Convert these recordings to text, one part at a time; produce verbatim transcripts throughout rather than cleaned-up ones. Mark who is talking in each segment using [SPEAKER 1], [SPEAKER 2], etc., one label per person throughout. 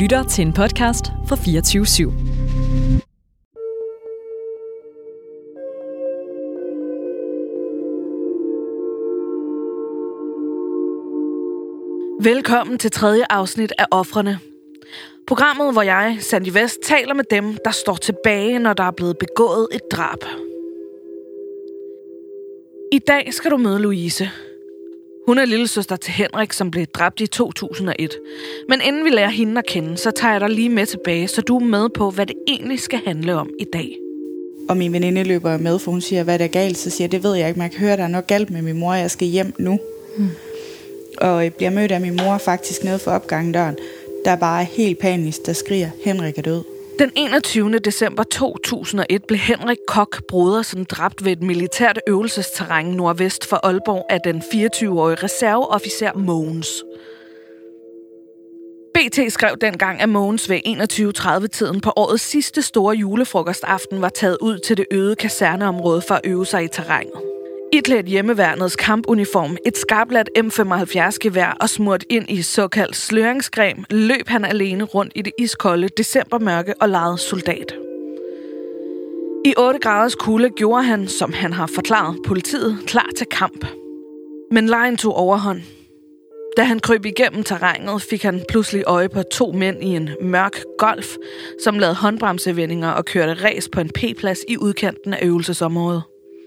[SPEAKER 1] lytter til en podcast fra fireogtyve syv.
[SPEAKER 2] Velkommen til tredje afsnit af Ofrene. Programmet, hvor jeg, Sandy Vest, taler med dem, der står tilbage, når der er blevet begået et drab. I dag skal du møde Louise. Hun er lillesøster til Henrik, som blev dræbt i to tusind og et. Men inden vi lærer hende at kende, så tager jeg dig lige med tilbage, så du er med på, hvad det egentlig skal handle om i dag.
[SPEAKER 3] Og min veninde løber med, for hun siger, hvad der er galt. Så siger jeg, det ved jeg ikke, man kan høre, der er noget galt med min mor, jeg skal hjem nu. Hmm. Og jeg bliver mødt af min mor faktisk nede for opgangen, der er bare helt panisk, der skriger, Henrik er død.
[SPEAKER 2] Den enogtyvende december to tusind og et blev Henrik Koch Brodersen dræbt ved et militært øvelsesterræn nordvest for Aalborg af den fireogtyve-årige reserveofficer Mogens. B T skrev dengang, at Mogens ved enogtyve tredive-tiden på årets sidste store julefrokostaften var taget ud til det øde kaserneområde for at øve sig i terrænet. Iklædt hjemmeværnets kampuniform, et skarpladt M femoghalvfjerds-gevær og smurt ind i såkaldt sløringsgrem, løb han alene rundt i det iskolde decembermørke og legede soldat. I otte graders kulde gjorde han, som han har forklaret politiet, klar til kamp. Men legen tog overhånd. Da han kryb igennem terrænet, fik han pludselig øje på to mænd i en mørk Golf, som lavede håndbremsevendinger og kørte ræs på en P-plads i udkanten af øvelsesområdet.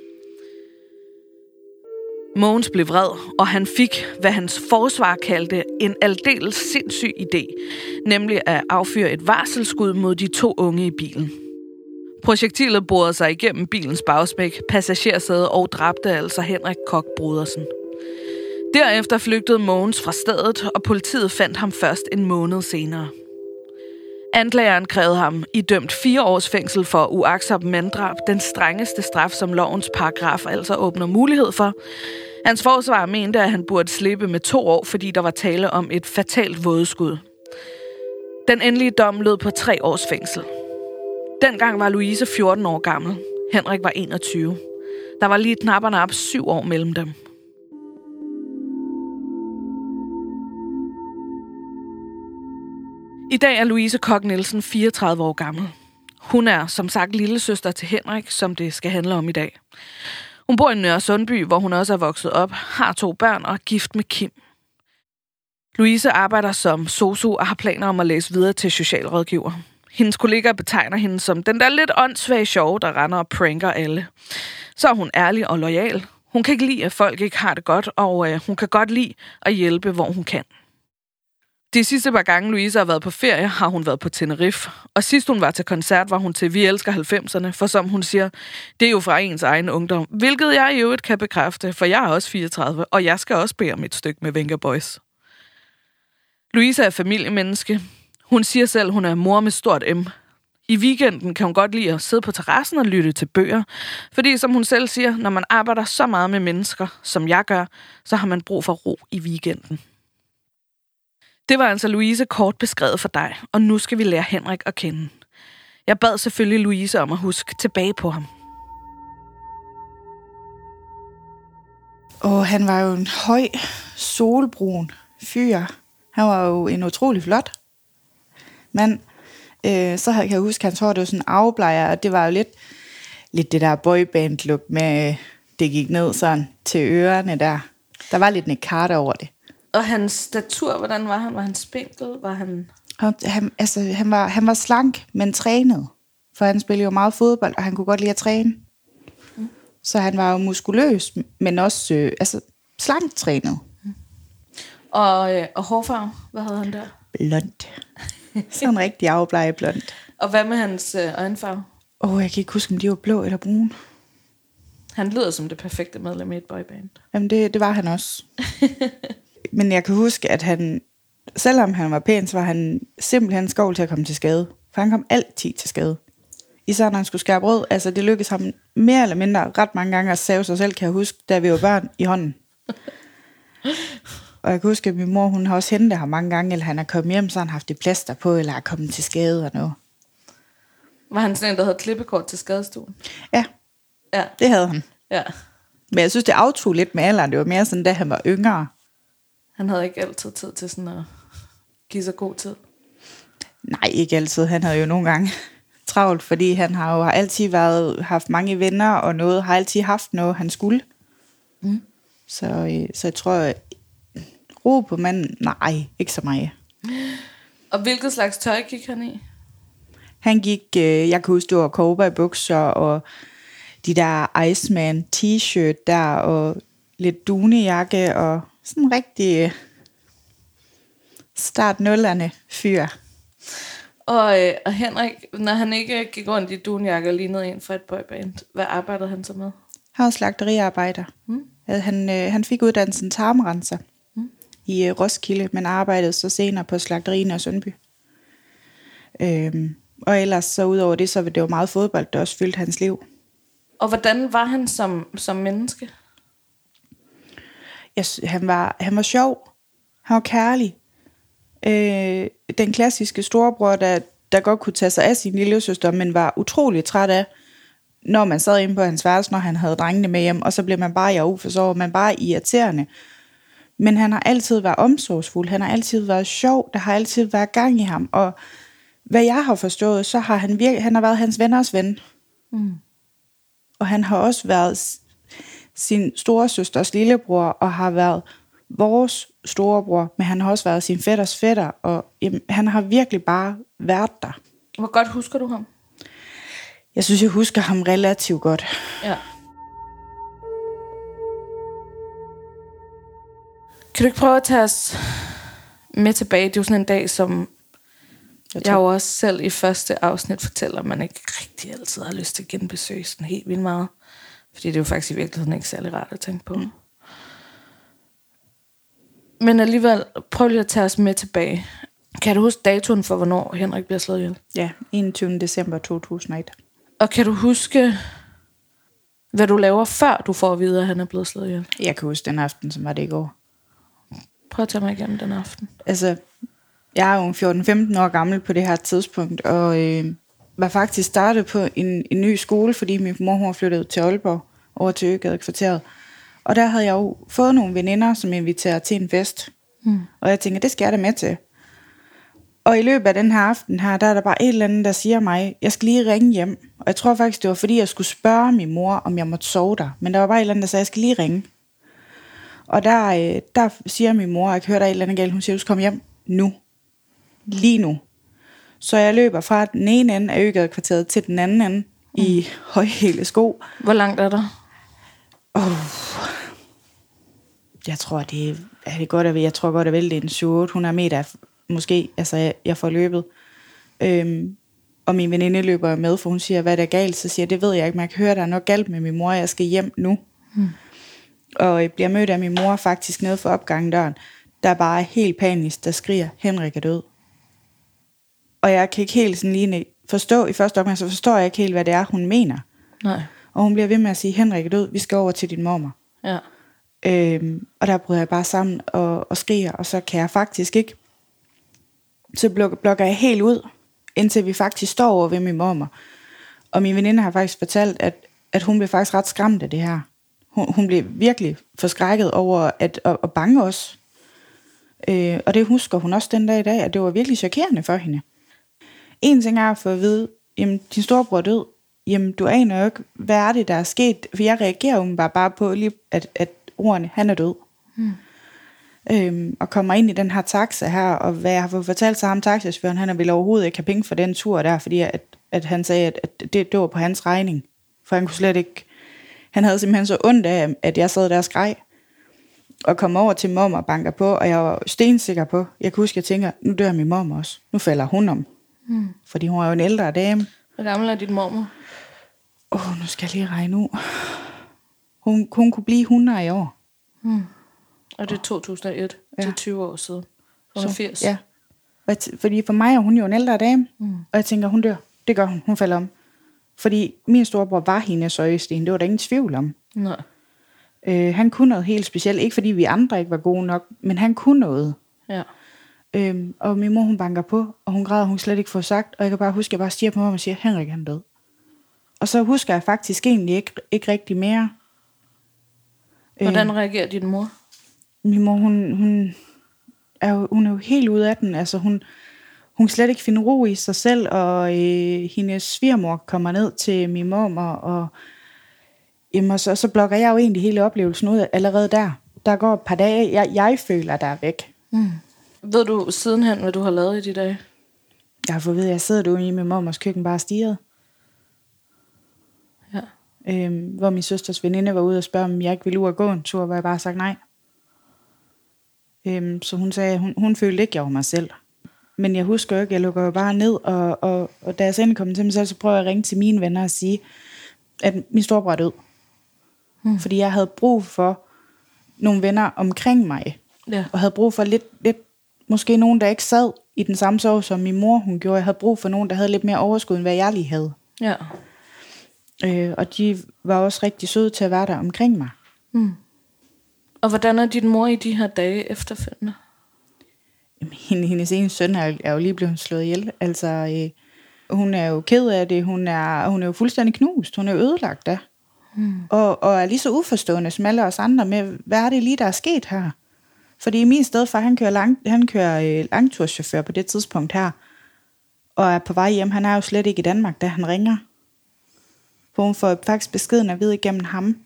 [SPEAKER 2] Mogens blev vred, og han fik, hvad hans forsvar kaldte, en aldeles sindssyg idé, nemlig at affyre et varselsskud mod de to unge i bilen. Projektilet borede sig igennem bilens bagspæk, passagersæde og dræbte altså Henrik Koch Brodersen. Derefter flygtede Mogens fra stedet, og politiet fandt ham først en måned senere. Anklageren krævede ham idømt fire års fængsel for uagtsomt manddrab, den strengeste straf, som lovens paragraf altså åbner mulighed for. Hans forsvar mente, at han burde slippe med to år, fordi der var tale om et fatalt vådeskud. Den endelige dom lød på tre års fængsel. Dengang var Louise fjorten år gammel. Henrik var enogtyve. Der var lige knap og nap syv år mellem dem. I dag er Louise Koch Nielsen fireogtredive år gammel. Hun er som sagt lillesøster til Henrik, som det skal handle om i dag. Hun bor i Nørre Sundby, hvor hun også er vokset op, har to børn og er gift med Kim. Louise arbejder som sosu og har planer om at læse videre til socialrådgiver. Hendes kollegaer betegner hende som den der lidt åndssvage sjove, der render og pranker alle. Så er hun ærlig og loyal. Hun kan ikke lide, at folk ikke har det godt, og øh, hun kan godt lide at hjælpe, hvor hun kan. De sidste par gange, Louise har været på ferie, har hun været på Tenerife. Og sidst hun var til koncert, var hun til Vi elsker halvfemserne, for som hun siger, det er jo fra ens egen ungdom. Hvilket jeg i øvrigt kan bekræfte, for jeg er også fireogtredive, og jeg skal også bede om et stykke med Venga Boys. Louise er familiemenneske. Hun siger selv, hun er mor med stort M. I weekenden kan hun godt lide at sidde på terrassen og lytte til bøger, fordi som hun selv siger, når man arbejder så meget med mennesker, som jeg gør, så har man brug for ro i weekenden. Det var altså Louise kort beskrevet for dig, og nu skal vi lære Henrik at kende. Jeg bad selvfølgelig Louise om at huske tilbage på ham.
[SPEAKER 3] Og han var jo en høj, solbrun fyr. Han var jo en utrolig flot mand. Øh, så kan jeg huske, at hans hår, det var sådan en afblejer, og det var jo lidt, lidt det der boyband-look med, det gik ned sådan til ørerne der. Der var lidt nekarte over det.
[SPEAKER 2] Og hans statur, hvordan var han? Var han spinkel? Var han...
[SPEAKER 3] Han, altså, han, var, han var slank, men trænet. For han spillede jo meget fodbold, og han kunne godt lide at træne. Mm. Så han var jo muskuløs, men også øh, altså, slankt trænet. Mm.
[SPEAKER 2] Og, øh, og hårfarve, hvad havde han der?
[SPEAKER 3] Blond. Sådan rigtig afbleget blond.
[SPEAKER 2] Og hvad med hans øh, øjenfarve?
[SPEAKER 3] Åh, oh, jeg kan ikke huske, om de var blå eller brune.
[SPEAKER 2] Han lyder som det perfekte medlem i et boyband.
[SPEAKER 3] Jamen, det, det var han også. Men jeg kan huske, at han, selvom han var pæn, så var han simpelthen skovl til at komme til skade. For han kom altid til skade. Især når han skulle skære brød. Altså, det lykkedes ham mere eller mindre ret mange gange at save sig selv, kan jeg huske, da vi var børn i hånden. Og jeg kan huske, at min mor, hun har også hentet ham mange gange, eller han er kommet hjem, så han har haft det plaster på, eller er kommet til skade og noget.
[SPEAKER 2] Var han sådan en, der havde klippekort til skadestuen?
[SPEAKER 3] Ja,
[SPEAKER 2] ja.
[SPEAKER 3] Det havde han.
[SPEAKER 2] Ja.
[SPEAKER 3] Men jeg synes, det aftog lidt med alderen. Det var mere sådan, da han var yngre.
[SPEAKER 2] Han havde ikke altid tid til sådan at give sig god tid.
[SPEAKER 3] Nej, ikke altid. Han havde jo nogle gange travlt, fordi han har jo altid været, haft mange venner, og noget har altid haft noget, han skulle.
[SPEAKER 2] Mm.
[SPEAKER 3] Så, øh, så jeg tror, ro på manden, nej, ikke så meget.
[SPEAKER 2] Og hvilket slags tøj gik han i?
[SPEAKER 3] Han gik, øh, jeg kan huske, det var cowboybukser og de der Iceman t-shirt der, og lidt dunejakke, og sådan en rigtig øh, start nullerne fyr.
[SPEAKER 2] Og, øh, og Henrik, når han ikke gik rundt i dunejakke og lignede en fra et boyband, hvad arbejdede han så med?
[SPEAKER 3] Han var slagteriarbejder. Mm. Han, øh, han fik uddannelsen tarmrenser mm. i øh, Roskilde, men arbejdede så senere på slagterien og Sundby. Øhm, og ellers så udover det, så var det jo meget fodbold, der også fyldte hans liv.
[SPEAKER 2] Og hvordan var han som, som menneske?
[SPEAKER 3] Jeg, han, var, han var sjov. Han var kærlig. Øh, den klassiske storebror, der, der godt kunne tage sig af sin lille søster, men var utrolig træt af, når man sad inde på hans værelse, når han havde drengene med hjem, og så blev man bare i for så man bare irriterende. Men han har altid været omsorgsfuld. Han har altid været sjov. Der har altid været gang i ham. Og hvad jeg har forstået, så har han virkelig, han har været hans venners ven. Mm. Og han har også været sin storesøsters lillebror, og har været vores storebror, men han har også været sin fætters fætter, og jamen, han har virkelig bare været der.
[SPEAKER 2] Hvor godt husker du ham?
[SPEAKER 3] Jeg synes, jeg husker ham relativt godt.
[SPEAKER 2] Ja. Kan du ikke prøve at tage os med tilbage? Det er jo sådan en dag, som jeg, jeg jo også selv i første afsnit fortæller, at man ikke rigtig altid har lyst til at genbesøge sådan helt vildt meget. Fordi det er jo faktisk i virkeligheden ikke særlig rart at tænke på. Mm. Men alligevel, prøv lige at tage os med tilbage. Kan du huske datoen for, hvornår Henrik bliver slået ihjel?
[SPEAKER 3] Ja, enogtyvende december to tusind og et.
[SPEAKER 2] Og kan du huske, hvad du laver, før du får at vide, at han er blevet slået ihjel?
[SPEAKER 3] Jeg kan huske den aften, som var det i går.
[SPEAKER 2] Prøv at tage mig igennem den aften.
[SPEAKER 3] Altså, jeg er jo fjorten femten år gammel på det her tidspunkt, og øh, var faktisk startet på en, en ny skole, fordi min mor hun var flyttet til Aalborg, over til Øgade kvarteret. Og der havde jeg jo fået nogle veninder, som inviterede til en fest. Mm. Og jeg tænkte, det skal jeg da med til. Og i løbet af den her aften her, der er der bare et eller andet, der siger mig, jeg skal lige ringe hjem. Og jeg tror faktisk, det var fordi, jeg skulle spørge min mor, om jeg måtte sove der. Men der var bare et eller andet, der sagde, jeg skal lige ringe. Og der, der siger min mor, jeg kan høre, der er et eller andet galt. Hun siger, du skal komme hjem nu. Lige nu. Så jeg løber fra den ene ende af Øgade kvarteret til den anden ende mm. i højhæle sko.
[SPEAKER 2] Hvor langt er der?
[SPEAKER 3] Oh. Jeg tror, det er, er det godt at jeg tror godt at vel det er en syv otte hundrede meter måske, altså jeg, jeg får løbet. Øhm, og min veninde løber med, for hun siger, hvad der er galt, så siger jeg, det ved jeg ikke, men jeg kan høre, der er noget galt med min mor, jeg skal hjem nu. Hmm. Og jeg bliver mødt af min mor faktisk nede for opgangen døren, der er bare helt panisk, der skriger, Henrik er død. Og jeg kan ikke helt sådan lige forstå, i første omgang, så forstår jeg ikke helt, hvad det er, hun mener.
[SPEAKER 2] Nej.
[SPEAKER 3] Og hun bliver ved med at sige, Henrik er død, vi skal over til din mormor.
[SPEAKER 2] Ja.
[SPEAKER 3] Øhm, og der bryder jeg bare sammen og, og skriger, og så kan jeg faktisk ikke. Så blok- blokker jeg helt ud, indtil vi faktisk står over ved min mormor. Og min veninde har faktisk fortalt, at, at hun blev faktisk ret skræmt af det her. Hun, hun blev virkelig forskrækket over at, at, at bange os. Øh, og det husker hun også den dag i dag, at det var virkelig chokerende for hende. En ting er at få at vide, jamen din storebror er død. Jamen du aner jo ikke, hvad er det, der er sket? For jeg reagerer jo bare, bare på, lige at, at ordene, han er død. Hmm. Øhm, og kommer ind i den her taxa her, og hvad jeg har fået fortalt til ham, taxachaufføren, han ville overhovedet ikke have penge for den tur der, fordi at, at han sagde, at, at det, det var på hans regning. For han kunne slet ikke, han havde simpelthen så ondt af, at jeg sad der og skreg, og kom over til mormor og banker på, og jeg var stensikker på, jeg kan huske, at jeg tænker, nu dør min mormor også, nu falder hun om, hmm. fordi hun er jo en ældre dame.
[SPEAKER 2] Hvor gammel er din mormor?
[SPEAKER 3] Åh, oh, nu skal jeg lige regne ud. Hun, hun kunne blive hundrede i år.
[SPEAKER 2] Hmm. Og det er to tusind og et, ja. Det er tyve år siden. Hun er firs.
[SPEAKER 3] Ja. Fordi for mig er hun jo en ældre dame, mm. og jeg tænker, hun dør. Det gør hun. Hun falder om. Fordi min storebror var hendes øjesten. Det var der ingen tvivl om.
[SPEAKER 2] Nej.
[SPEAKER 3] Øh, han kunne noget helt specielt. Ikke fordi vi andre ikke var gode nok, men han kunne noget.
[SPEAKER 2] Ja.
[SPEAKER 3] Øh, og min mor, hun banker på, og hun græder, hun slet ikke får sagt. Og jeg kan bare huske, at jeg bare stiger på mig og siger, Henrik han død. Og så husker jeg faktisk egentlig ikke, ikke rigtig mere.
[SPEAKER 2] Hvordan reagerer din mor?
[SPEAKER 3] Min mor, hun, hun, er jo, hun er jo helt ude af den. Altså hun, hun kan slet ikke finde ro i sig selv, og øh, hendes svigermor kommer ned til min mormor, og, jamen, og så, så blokker jeg jo egentlig hele oplevelsen ud allerede der. Der går et par dage, jeg, jeg føler, der er væk.
[SPEAKER 2] Mm. Ved du sidenhen, hvad du har lavet i de dage?
[SPEAKER 3] Jeg har fået at vide, at jeg sidder derude i min mormors køkken bare stirret.
[SPEAKER 2] Ja.
[SPEAKER 3] Øhm, hvor min søsters veninde var ude og spørge, om jeg ikke ville ud og gå en tur, hvor jeg bare sagt nej. Øhm, så hun sagde, hun, hun følte ikke, jeg var mig selv. Men jeg husker jo ikke, jeg lukker jo bare ned, og, og, og da jeg så endelig kom til mig selv, så prøver jeg at ringe til mine venner og sige, at min storebror er død. Hmm. Fordi jeg havde brug for nogle venner omkring mig,
[SPEAKER 2] ja. Og
[SPEAKER 3] havde brug for lidt, lidt, måske nogen, der ikke sad i den samme sorg, som min mor hun gjorde. Jeg havde brug for nogen, der havde lidt mere overskud, end hvad jeg lige havde.
[SPEAKER 2] Ja.
[SPEAKER 3] Øh, og de var også rigtig søde til at være der omkring mig.
[SPEAKER 2] Hmm. Og hvordan er din mor i de her dage efterfølgende?
[SPEAKER 3] Hende, hendes ene søn er jo, er jo lige blevet slået ihjel. Altså, øh, hun er jo ked af det. Hun er, hun er jo fuldstændig knust. Hun er jo ødelagt da. Hmm. Og, og er lige så uforstående som alle os andre med, hvad er det lige, der er sket her? Fordi i min stedfar, han kører, lang, han kører øh, langturschauffør på det tidspunkt her, og er på vej hjem. Han er jo slet ikke i Danmark, da han ringer. For hun får faktisk beskeden at vide igennem ham.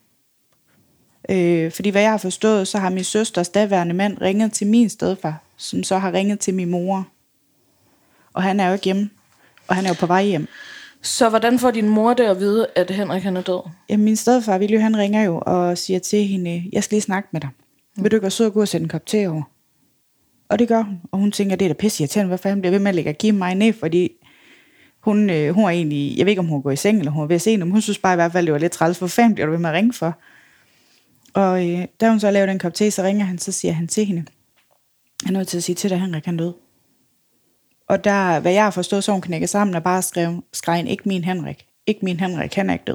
[SPEAKER 3] Øh, fordi hvad jeg har forstået, så har min søsters daværende mand ringet til min stedfar, som så har ringet til min mor. Og han er jo ikke hjemme, og han er jo på vej hjem.
[SPEAKER 2] Så hvordan får din mor det at vide, at Henrik han er død?
[SPEAKER 3] Jamen, min stedfar, Willy, han ringer jo og siger til hende, jeg skal lige snakke med dig. Mm. Vil du ikke være sød og gå og sætte en kop te over? Og det gør hun. Og hun tænker, det er da pisse irriterende, hvorfor han bliver ved med at lægge og give mig ned, fordi hun, øh, hun er egentlig, jeg ved ikke, om hun går i seng, eller hun er ved at se, men hun synes bare i hvert fald, det var lidt træls, hvor fanden bliver du ved med at ringe for? Og øh, da hun så laver den kop te, så ringer han, så siger han til hende, han er nødt til at sige til dig, at Henrik han død. Og der, hvad jeg har forstået, så hun knækker sammen og bare skrev, skrev ikke min Henrik. Ikke min Henrik, han er ikke død.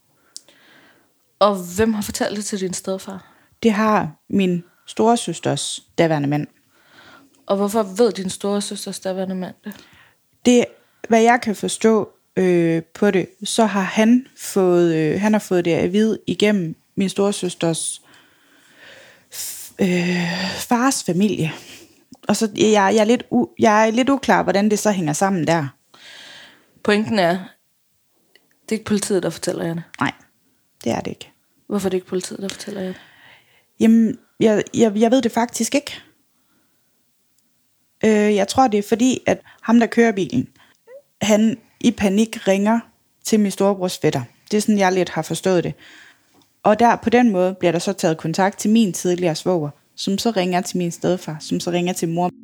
[SPEAKER 2] Og hvem har fortalt det til din stedfar?
[SPEAKER 3] Det har min storesøsters daværende mand.
[SPEAKER 2] Og hvorfor ved din storesøsters daværende mand det?
[SPEAKER 3] Det, hvad jeg kan forstå øh, på det, så har han fået, øh, han har fået det at vide igennem min storesøsters øh, fars familie. Og så jeg, jeg, er lidt u, jeg er lidt uklar, hvordan det så hænger sammen der.
[SPEAKER 2] Pointen er, det er ikke politiet, der fortæller jer det?
[SPEAKER 3] Nej, det er det ikke.
[SPEAKER 2] Hvorfor er det ikke politiet, der fortæller jer det?
[SPEAKER 3] Jamen, jeg, jeg, jeg ved det faktisk ikke. Øh, jeg tror, det er fordi, at ham, der kører bilen, han i panik ringer til min storebrors fætter. Det er sådan, jeg lidt har forstået det. Og der på den måde bliver der så taget kontakt til min tidligere svoger, som så ringer til min stedfar, som så ringer til mor.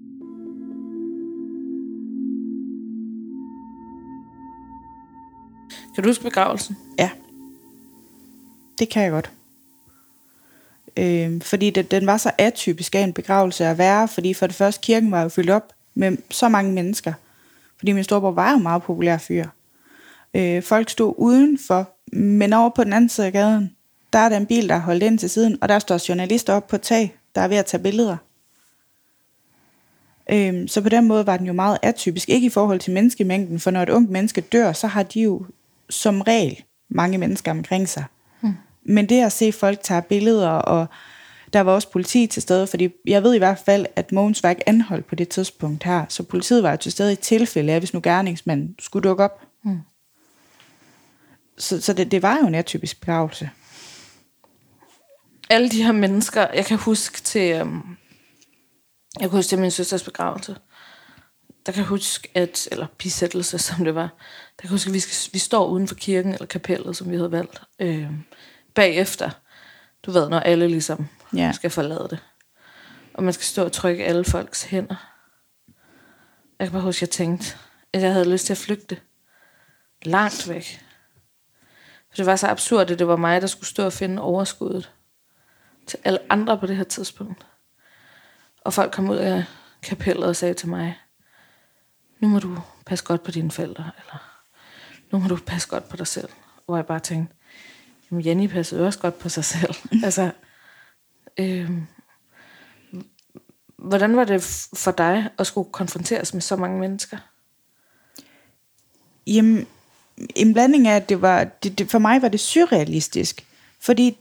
[SPEAKER 2] Kan du huske begravelsen?
[SPEAKER 3] Ja, det kan jeg godt. Øh, fordi det, den var så atypisk af en begravelse at være, fordi for det første, kirken var jo fyldt op med så mange mennesker. Fordi min storebror var jo meget populær fyr. Øh, folk stod udenfor, men over på den anden side af gaden, der er der en bil, der er holdt ind til siden, og der står journalister op på tag, der er ved at tage billeder. Øhm, så på den måde var den jo meget atypisk, ikke i forhold til menneskemængden, for når et ungt menneske dør, så har de jo som regel mange mennesker omkring sig. Hmm. Men det at se folk tage billeder, og der var også politi til stede, fordi jeg ved i hvert fald, at Mogens var ikke anholdt på det tidspunkt her, så politiet var jo til stede i tilfælde af, hvis nu gerningsmanden skulle dukke op. Hmm. Så, så det, det var jo en atypisk begravelse.
[SPEAKER 2] Alle de her mennesker, jeg kan huske til, um, jeg kan huske til min søsters begravelse, der kan jeg huske, at, eller bisættelse, som det var, der kan jeg huske, at vi, skal, vi står uden for kirken, eller kapellet, som vi havde valgt, øh, bagefter, du ved, når alle ligesom yeah. skal forlade det. Og man skal stå og trykke alle folks hænder. Jeg kan bare huske, at jeg tænkte, at jeg havde lyst til at flygte langt væk. For det var så absurd, at det var mig, der skulle stå og finde overskuddet til alle andre på det her tidspunkt. Og folk kom ud af kapellet og sagde til mig, nu må du passe godt på dine forældre, eller nu må du passe godt på dig selv. Hvor jeg bare tænkte, jamen Jenny passede også godt på sig selv. altså, øh, hvordan var det for dig at skulle konfronteres med så mange mennesker?
[SPEAKER 3] Jamen, en blanding af, at det var, det, det, for mig var det surrealistisk. Fordi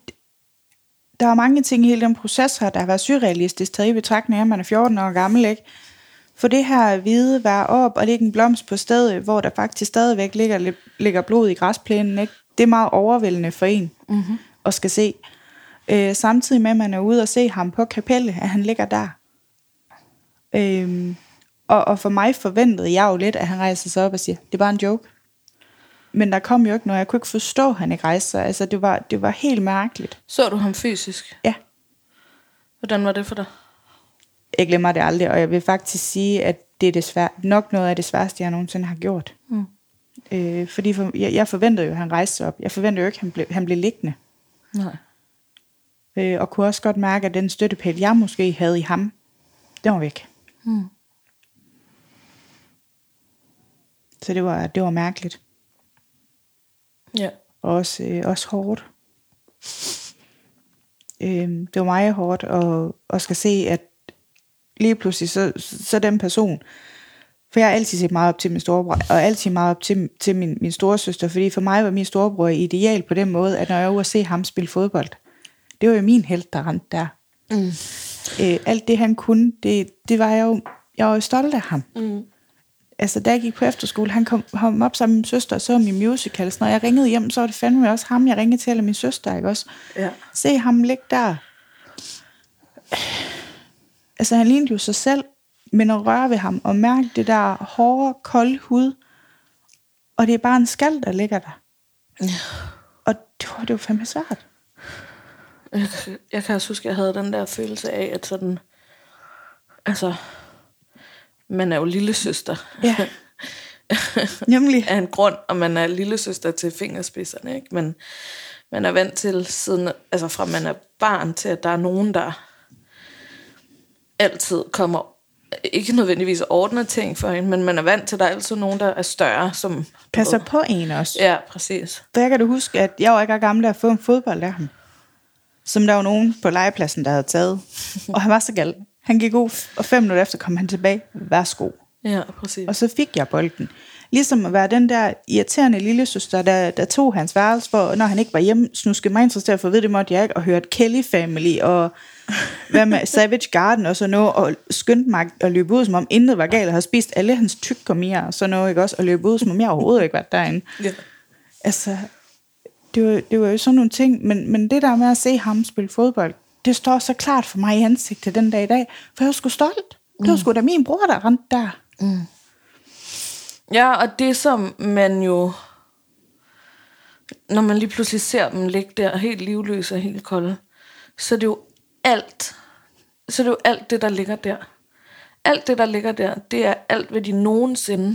[SPEAKER 3] der er mange ting i hele den proces her, der har været surrealistisk, taget i betragtning af, at man er fjorten år gammel, ikke? få det her hvide være op og lægge en blomst på stedet, hvor der faktisk stadigvæk ligger, ligger blod i græsplænen, ikke? Det er meget overvældende for en mm-hmm. at skal se. Øh, samtidig med, at man er ude og se ham på kapellet, at han ligger der. Øh, og, og for mig forventede jeg jo lidt, at han rejser sig op og siger, det er bare en joke. Men der kom jo ikke noget. Jeg kunne ikke forstå, at han ikke rejste sig. Altså, det var, det var helt mærkeligt.
[SPEAKER 2] Så du ham fysisk?
[SPEAKER 3] Ja.
[SPEAKER 2] Hvordan var det for dig?
[SPEAKER 3] Jeg glemmer det aldrig, og jeg vil faktisk sige, at det er det svær- nok noget af det sværeste, jeg nogensinde har gjort. Mm. Øh, fordi for, jeg, jeg forventede jo, at han rejste sig op. Jeg forventede jo ikke, at han blev, han blev liggende.
[SPEAKER 2] Nej.
[SPEAKER 3] Øh, og kunne også godt mærke, at den støttepæl, jeg måske havde i ham, den var væk. Mm. Så det var, det var mærkeligt.
[SPEAKER 2] Ja.
[SPEAKER 3] Og også, øh, også hårdt. Øh, det var meget hårdt at, at skal se, at lige pludselig, så, så den person, for jeg har altid set meget op til min storebror, og altid meget op til, til min, min storesøster, fordi for mig var min storebror ideal på den måde, at når jeg var ude at se ham spille fodbold, det var jo min helt, der rendte der. Mm. Øh, alt det han kunne, det, det var jeg jo, jeg var jo stolt af ham. Mm. Altså da jeg gik på efterskole, han kom, kom op sammen med min søster, og så min musical, når jeg ringede hjem, så var det fandme også ham, jeg ringede til, eller min søster, ikke også? Ja. Se ham ligge der. Altså han lignede jo sig selv, men at røre ved ham, og mærke det der hårde, kolde hud, og det er bare en skal, der ligger der. Ja. Og det var, det var fandme svært.
[SPEAKER 2] Jeg, jeg kan også huske, at jeg havde den der følelse af, at sådan, altså, man er jo lillesøster.
[SPEAKER 3] Ja. Nemlig.
[SPEAKER 2] Af en grund, og man er lillesøster til fingerspidserne, ikke? Men man er vant til siden, altså fra man er barn til, at der er nogen, der altid kommer, ikke nødvendigvis ordner ting for en, men man er vant til, at der er altid nogen, der er større, som
[SPEAKER 3] passer på en også.
[SPEAKER 2] Ja, præcis.
[SPEAKER 3] For jeg kan du huske, at jeg var ikke gammel at få en fodbold af ham, som der var nogen på legepladsen, der havde taget. Og han var så gal. Han gik ud, og fem minutter efter kom han tilbage. Værsgo.
[SPEAKER 2] Ja, præcis.
[SPEAKER 3] Og så fik jeg bolden. Ligesom at være den der irriterende lillesøster, der, der tog hans værelse, for, når han ikke var hjemme, snuskede mig interesseret for at vide, det måtte jeg ikke, og hørte Kelly Family, og hvad med Savage Garden, og så noget, og skyndte mig at løbe ud, som om intet var galt, og havde spist alle hans tyggegummier, og så noget, ikke også, og løbe ud, som om jeg overhovedet ikke var derinde. Ja. Altså, det var, det var jo sådan nogle ting, men, men det der med at se ham spille fodbold, det står så klart for mig i ansigtet den dag i dag, for jeg var sgu stolt. Det var mm. sgu da min bror, der rendte der. Mm.
[SPEAKER 2] Ja, og det som man jo, når man lige pludselig ser dem ligge der helt livløse og helt kolde, så er det jo alt, så er det jo alt det, der ligger der. Alt det, der ligger der, det er alt, hvad de nogensinde.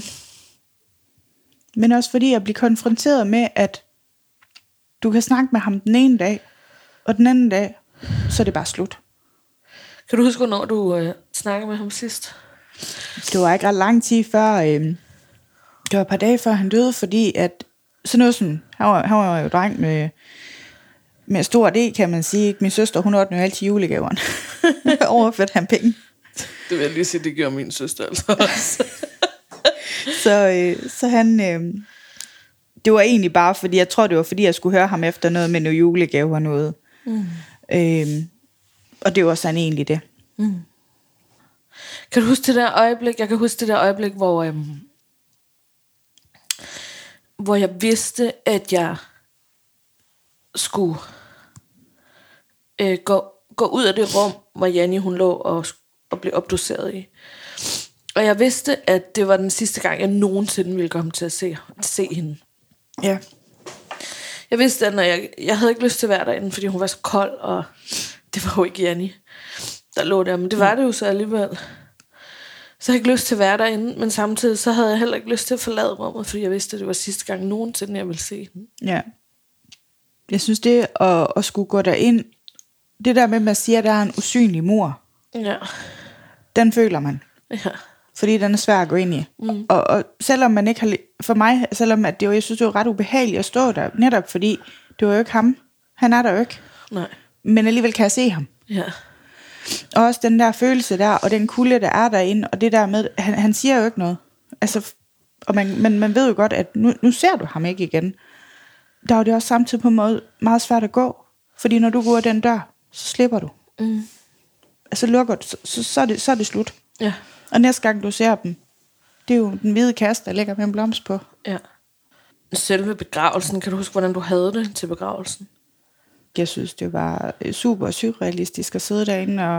[SPEAKER 3] Men også fordi jeg bliver konfronteret med, at du kan snakke med ham den ene dag, og den anden dag, så er det bare slut.
[SPEAKER 2] Kan du huske, hvornår du øh, snakkede med ham sidst?
[SPEAKER 3] Det var ikke ret lang tid før, øh, det var et par dage før han døde, fordi at, sådan noget som, han var, han var jo dreng med, med stor D, kan man sige. Min søster, hun ordnede jo altid julegaverne. Overførte han penge.
[SPEAKER 2] Det vil jeg lige sige, det gjorde min søster altså også.
[SPEAKER 3] så, øh, så han, øh, det var egentlig bare, fordi jeg tror, det var fordi, jeg skulle høre ham efter noget med noget julegave og noget. Mm. Øh, og det var sådan egentlig det. Mm.
[SPEAKER 2] Kan du huske det der øjeblik? Jeg kan huske det der øjeblik, hvor, øhm, hvor jeg vidste, at jeg skulle øh, gå, gå ud af det rum, hvor Janni hun lå og, og blev obduceret i. Og jeg vidste, at det var den sidste gang, jeg nogensinde ville komme til at se, se hende.
[SPEAKER 3] Ja.
[SPEAKER 2] Jeg vidste, at når jeg, jeg havde ikke lyst til at være derinde, fordi hun var så kold, og det var jo ikke Janni, der lå der. Men det var det jo så alligevel. Så jeg havde ikke lyst til at være derinde, men samtidig så havde jeg heller ikke lyst til at forlade rummet, fordi jeg vidste, at det var sidste gang nogensinde, jeg ville se hende.
[SPEAKER 3] Ja. Jeg synes, det at, at skulle gå derind, det der med, at man siger, at der er en usynlig mur,
[SPEAKER 2] ja.
[SPEAKER 3] Den føler man.
[SPEAKER 2] Ja.
[SPEAKER 3] Fordi den er svær at gå ind i. Mm. Og, og selvom man ikke har, for mig, selvom at det var, jeg synes, det var ret ubehageligt at stå der, netop fordi det var jo ikke ham. Han er der jo ikke.
[SPEAKER 2] Nej.
[SPEAKER 3] Men alligevel kan jeg se ham.
[SPEAKER 2] Ja.
[SPEAKER 3] Og også den der følelse der, og den kulde, der er derinde, og det der med, han, han siger jo ikke noget. Altså, og man, man, man ved jo godt, at nu, nu ser du ham ikke igen. Der er det også samtidig på en måde meget svært at gå. Fordi når du går den dør, så slipper du. Mm. Altså lukker du, så, så, så, er det, så er det slut.
[SPEAKER 2] Ja.
[SPEAKER 3] Og næste gang du ser dem, det er jo den hvide kasse, der ligger med en blomst på.
[SPEAKER 2] Ja. Selve begravelsen, kan du huske, hvordan du havde det til begravelsen?
[SPEAKER 3] Jeg synes, det var super surrealistisk at sidde derinde, og,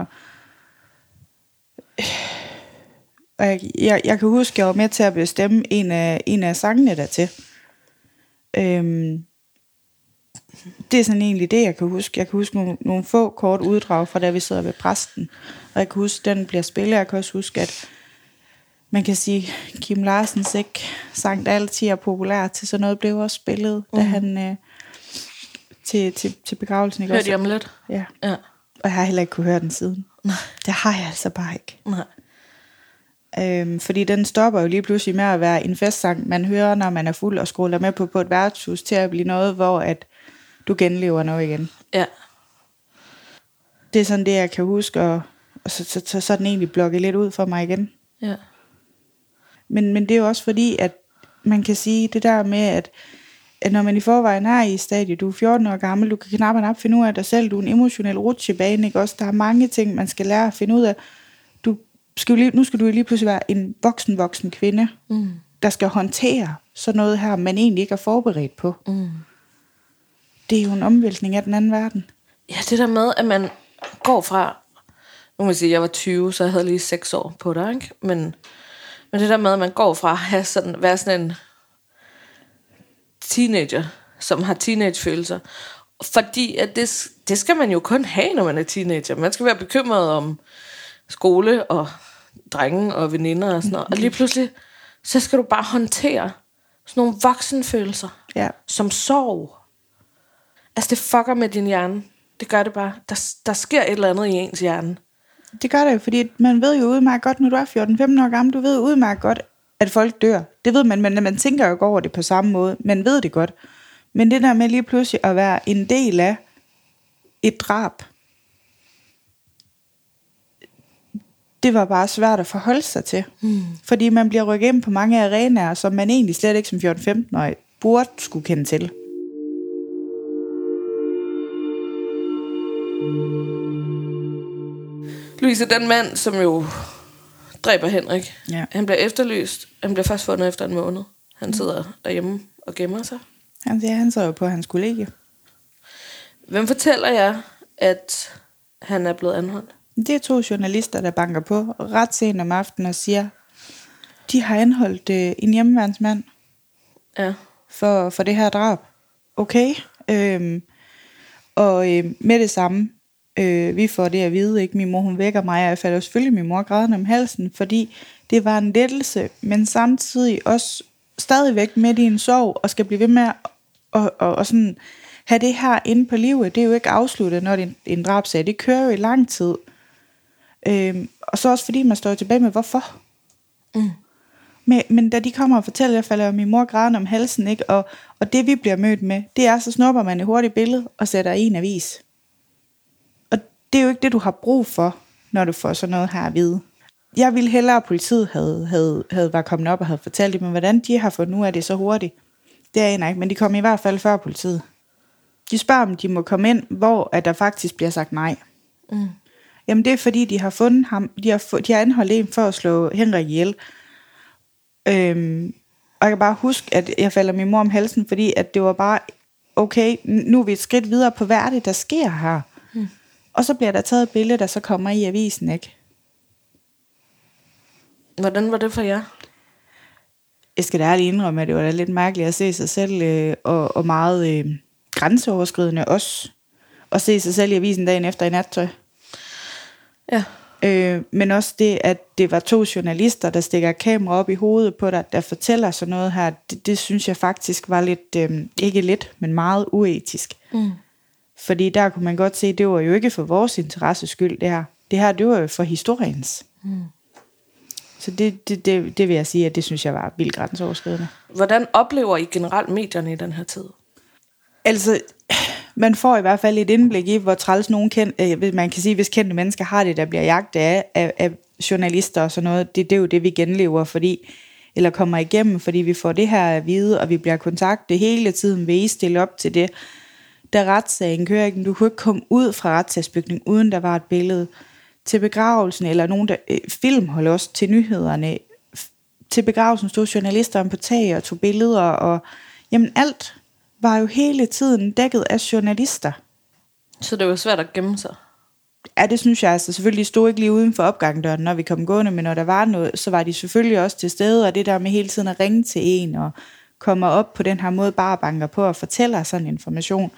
[SPEAKER 3] og jeg, jeg, jeg kan huske, at jeg var med til at bestemme en af, en af sangene dertil. Øhm, det er sådan egentlig det, jeg kan huske. Jeg kan huske nogle, nogle få kort uddrag fra da vi sidder ved præsten, og jeg kan huske, at den bliver spillet. Jeg kan også huske, at man kan sige, Kim Larsens ikke sang, der altid er populær til sådan noget, blev også spillet, mm. da han øh, til, til, til begravelsen. Ikke?
[SPEAKER 2] Hørte I om lidt?
[SPEAKER 3] Ja.
[SPEAKER 2] Ja.
[SPEAKER 3] Og jeg har heller ikke kunne høre den siden.
[SPEAKER 2] Nej.
[SPEAKER 3] Det har jeg altså bare ikke.
[SPEAKER 2] Nej.
[SPEAKER 3] Øhm, fordi den stopper jo lige pludselig med at være en festsang, man hører, når man er fuld og scroller med på, på et værtshus, til at blive noget, hvor at du genlever noget igen.
[SPEAKER 2] Ja.
[SPEAKER 3] Det er sådan det, jeg kan huske, og, og så, så, så, så er den egentlig blokket lidt ud for mig igen.
[SPEAKER 2] Ja.
[SPEAKER 3] Men, men det er jo også fordi, at man kan sige det der med, at, at når man i forvejen er i stadiet, du er fjorten år gammel, du kan knap og finde ud af dig selv, du er en emotionel rutsjebane, ikke også? Der er mange ting, man skal lære at finde ud af. Du skal jo lige, nu skal du jo lige pludselig være en voksen, voksen kvinde, mm. der skal håndtere sådan noget her, man egentlig ikke er forberedt på. Mm. Det er jo en omvæltning af den anden verden.
[SPEAKER 2] Ja, det der med, at man går fra, nu må jeg sige, jeg var tyve, så jeg havde lige seks år på dig, ikke? Men, men det der med, at man går fra at have sådan, være sådan en teenager, som har teenagefølelser, fordi at det, det skal man jo kun have, når man er teenager. Man skal være bekymret om skole og drenge og veninder og sådan noget. Og lige pludselig, så skal du bare håndtere sådan nogle voksenfølelser,
[SPEAKER 3] ja.
[SPEAKER 2] som sorg. Altså det fucker med din hjerne. Det gør det bare. Der, der sker et eller andet i ens hjerne.
[SPEAKER 3] Det gør det jo, fordi man ved jo udmærket godt, når du er fjorten femten år gammel, du ved udmærket godt, at folk dør. Det ved man, men man tænker jo ikke over det på samme måde. Man ved det godt. Men det der med lige pludselig at være en del af et drab, det var bare svært at forholde sig til. Mm. Fordi man bliver rykket ind på mange arenaer, som man egentlig slet ikke som fjorten femten-årig burde skulle kende til.
[SPEAKER 2] Louise, den mand, som jo dræber Henrik,
[SPEAKER 3] ja.
[SPEAKER 2] han bliver efterlyst. Han bliver først fundet efter en måned. Han sidder mm. derhjemme og gemmer sig.
[SPEAKER 3] Han siger, han sidder jo på hans kollega.
[SPEAKER 2] Hvem fortæller jer, at han er blevet anholdt?
[SPEAKER 3] Det er to journalister, der banker på ret sent om aftenen og siger, de har anholdt øh, en hjemmeværnsmand
[SPEAKER 2] ja.
[SPEAKER 3] for, for det her drab. Okay. Øhm, og øh, med det samme, øh, vi får det at vide, ikke? Min mor, hun vækker mig, og jeg falder selvfølgelig min mor grædende om halsen, fordi det var en lettelse, men samtidig også stadigvæk midt i en sorg, og skal blive ved med at og, og, og sådan, have det her inde på livet. Det er jo ikke afsluttet, når det er en, en drabsag. Det kører jo i lang tid. Øhm, og så også fordi man står tilbage med, hvorfor? Mm. Men, men da de kommer og fortæller, jeg falder min mor grædende om halsen, ikke? Og, og det vi bliver mødt med, det er, så snupper man et hurtigt billede og sætter i en avis. Og det er jo ikke det, du har brug for, når du får sådan noget her at vide. Jeg ville hellere, at politiet havde, havde, havde været kommet op og havde fortalt dem, hvordan de har fundet ud af det så hurtigt. Det er jeg ikke, men de kom i hvert fald før politiet. De spørger, om de må komme ind, hvor at der faktisk bliver sagt nej. Mm. Jamen det er fordi, de har fundet ham, de har, fu- de har anholdt en for at slå Henrik ihjel. Øhm, og jeg kan bare huske, at jeg falder min mor om halsen, fordi at det var bare, okay, nu er vi et skridt videre på, hvad er det, der sker her? Mm. Og så bliver der taget et billede, der så kommer i avisen, ikke?
[SPEAKER 2] Hvordan var det for jer?
[SPEAKER 3] Jeg skal da ærligt indrømme, at det var da lidt mærkeligt at se sig selv, øh, og, og meget øh, grænseoverskridende også. Og se sig selv i avisen dagen efter i nattøj.
[SPEAKER 2] Ja.
[SPEAKER 3] Øh, men også det, at det var to journalister, der stikker kamera op i hovedet på dig, der fortæller sådan noget her, det, det synes jeg faktisk var lidt, øh, ikke lidt, men meget uetisk. Mm. Fordi der kunne man godt se, det var jo ikke for vores interesses skyld, det her. Det her, det var jo for historiens. Mm. Så det, det, det, det vil jeg sige, at det synes jeg var vildt grænseoverskridende.
[SPEAKER 2] Hvordan oplever I generelt medierne i den her tid?
[SPEAKER 3] Altså, man får i hvert fald et indblik i, hvor træls nogen kendte, man kan sige, hvis kendte mennesker har det, der bliver jagtet af, af, af journalister og sådan noget, det, det er jo det, vi genlever, fordi, eller kommer igennem, fordi vi får det her at vide, og vi bliver kontaktet hele tiden, vil I stille op til det. Da retssagen kører ikke, du kunne ikke komme ud fra retssagsbygningen, uden der var et billede. til begravelsen, eller nogen, der øh, filmholdt også til nyhederne. Til begravelsen stod journalister på tag og tog billeder, og jamen alt var jo hele tiden dækket af journalister.
[SPEAKER 2] Så det var svært at gemme sig?
[SPEAKER 3] Ja, det synes jeg altså. Selvfølgelig, de stod ikke lige uden for opgangdøren, når vi kom gående, men når der var noget, så var de selvfølgelig også til stede, og det der med hele tiden at ringe til en, og komme op på den her måde, bare banker på og fortæller sådan information.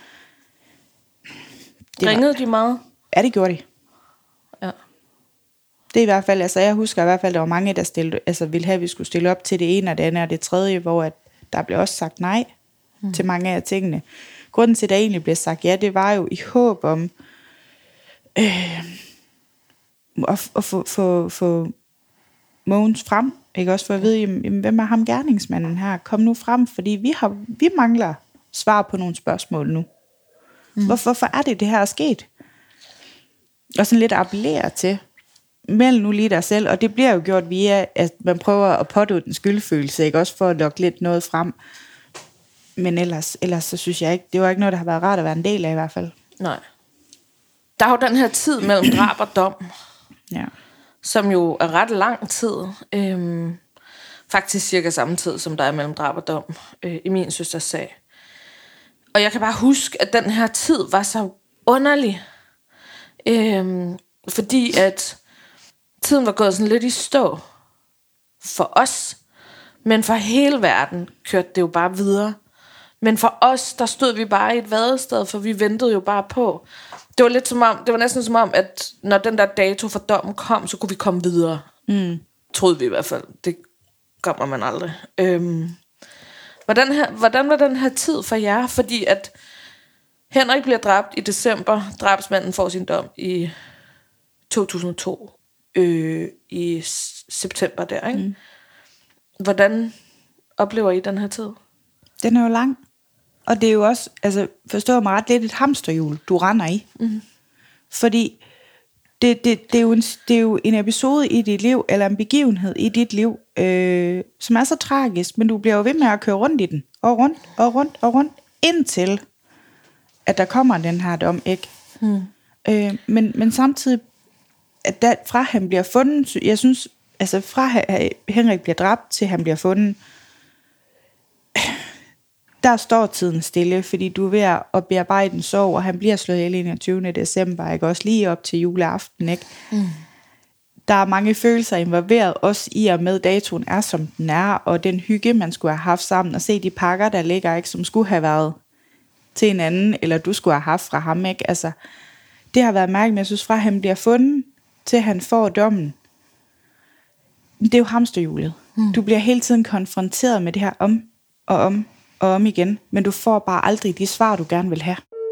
[SPEAKER 3] Det
[SPEAKER 2] Ringede
[SPEAKER 3] var...
[SPEAKER 2] de meget?
[SPEAKER 3] Ja, det gjorde de.
[SPEAKER 2] Ja.
[SPEAKER 3] Det er i hvert fald, altså jeg husker i hvert fald, der var mange, der stillede, altså ville have, at vi skulle stille op til det ene og det andet og det tredje, hvor at der blev også sagt nej mm. til mange af tingene. Grunden til, at der egentlig blev sagt ja, det var jo i håb om øh, at, at få, få, få Mogens frem, ikke også for at vide, jamen, hvem er ham gerningsmanden her? Kom nu frem, fordi vi, har, vi mangler svar på nogle spørgsmål nu. Mm. Hvor, hvorfor er det, det her er sket? Og sådan lidt appellere til, meld nu lige dig selv, og det bliver jo gjort via, at man prøver at pådøde den skyldfølelse, ikke også for at lukke lidt noget frem. Men ellers, ellers så synes jeg ikke, det var ikke noget, der har været rart at være en del af i hvert fald.
[SPEAKER 2] Nej. Der er jo den her tid mellem drab og dom,
[SPEAKER 3] ja.
[SPEAKER 2] som jo er ret lang tid. Øhm, faktisk cirka samme tid, som der er mellem drab og dom øh, i min søsters sag. Og jeg kan bare huske, at den her tid var så underlig. Øhm, fordi at tiden var gået sådan lidt i stå for os, men for hele verden kørte det jo bare videre. Men for os, der stod vi bare i et vadested, for vi ventede jo bare på. Det var lidt som om, det var næsten som om, at når den der dato for dommen kom, så kunne vi komme videre. Mm. Troede vi i hvert fald. Det kommer man aldrig. Øhm, hvordan, her, hvordan var den her tid for jer? Fordi at Henrik bliver dræbt i december, drabsmanden får sin dom i to tusind og to. Øh, i september der, ikke? Mm. Hvordan oplever I den her tid?
[SPEAKER 3] Den er jo lang. Og det er jo også, altså forstår mig ret, lidt et hamsterhjul, du render i. Mm. Fordi det, det, det, er jo en, det er jo en episode i dit liv, eller en begivenhed i dit liv, øh, som er så tragisk, men du bliver jo ved med at køre rundt i den, og rundt, og rundt, og rundt, indtil at der kommer den her dom, ikke? Mm. Øh, men, men samtidig at der, fra han bliver fundet, jeg synes, altså fra Henrik bliver dræbt, til han bliver fundet, der står tiden stille, fordi du er ved at bearbejde en sorg, og han bliver slået ihjel enogtyvende december, ikke? Også lige op til juleaften, ikke? Mm. Der er mange følelser involveret, også i og med datoen er, som den er, og den hygge, man skulle have haft sammen, og se de pakker, der ligger, ikke? Som skulle have været til en anden, eller du skulle have haft fra ham, ikke? Altså, det har været mærkeligt, men jeg synes, fra han bliver fundet, til han får dommen, det er jo hamsterhjulet. Mm. Du bliver hele tiden konfronteret med det her om og om og om igen, men du får bare aldrig de svar, du gerne vil have.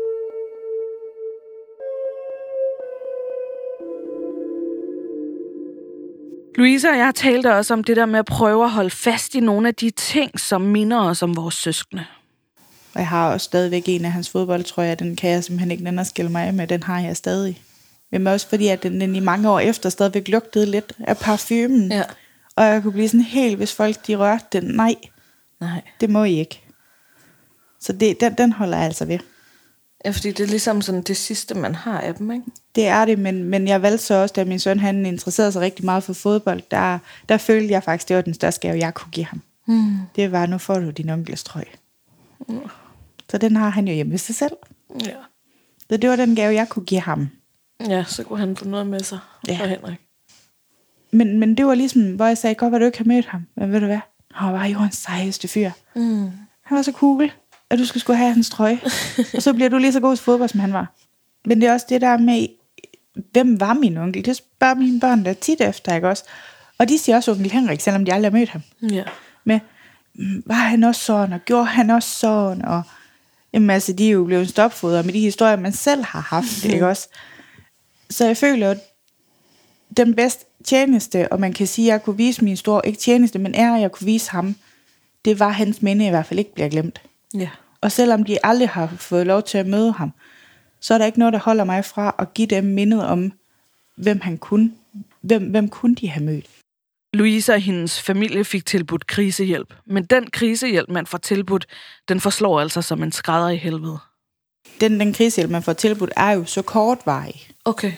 [SPEAKER 2] Louise og jeg talte også om det der med at prøve at holde fast i nogle af de ting, som minder os om vores søskende.
[SPEAKER 3] Og jeg har også stadigvæk en af hans fodboldtrøjer, den kan jeg simpelthen ikke nænde at skille mig af med, den har jeg stadig. Men også fordi, at den, den i mange år efter stadigvæk lugtede lidt af parfumen. Ja. Og jeg kunne blive sådan helt, hvis folk de rørte den. Nej, Nej. Det må I ikke. Så det, den, den holder jeg altså ved.
[SPEAKER 2] Ja, fordi det er ligesom sådan det sidste, man har af dem, ikke?
[SPEAKER 3] Det er det, men, men jeg valgte så også, da min søn han interesserede sig rigtig meget for fodbold, der, der følte jeg faktisk, det var den største gave, jeg kunne give ham. Mm. Det var, nu får du din onkels trøje. Mm. Så den har han jo hjemme ved sig selv. Ja. Så det var den gave, jeg kunne give ham.
[SPEAKER 2] Ja, så kunne han få noget med sig ja. fra Henrik.
[SPEAKER 3] Men, men det var ligesom, hvor jeg sagde, godt var du ikke har mødt ham. Men ved du hvad? Han var jo hans sejeste fyr. Mm. Han var så cool, at du skulle, skulle have hans trøje. Og så bliver du lige så god til fodbold, som han var. Men det er også det der med, hvem var min onkel? Det spørger mine børn der tit efter, ikke også? Og de siger også onkel Henrik, selvom de aldrig har mødt ham. Ja. Men var han også sådan, og gjorde han også sådan, og jamen altså, de er jo blevet stopfoder med de historier, man selv har haft, mm. ikke også? Så jeg føler, at den bedste tjeneste, og man kan sige, at jeg kunne vise min store, ikke tjeneste, men ære, jeg kunne vise ham, det var hans minde i hvert fald ikke bliver glemt. Ja. Og selvom de aldrig har fået lov til at møde ham, så er der ikke noget, der holder mig fra at give dem mindet om, hvem han kunne. Hvem, hvem kunne de have mødt?
[SPEAKER 2] Louise og hendes familie fik tilbudt krisehjælp, men den krisehjælp, man får tilbudt, den forslår altså som en skrædder i helvede.
[SPEAKER 3] Den, den krisehjælp, man får tilbudt, er jo så kortvarig.
[SPEAKER 2] Okay.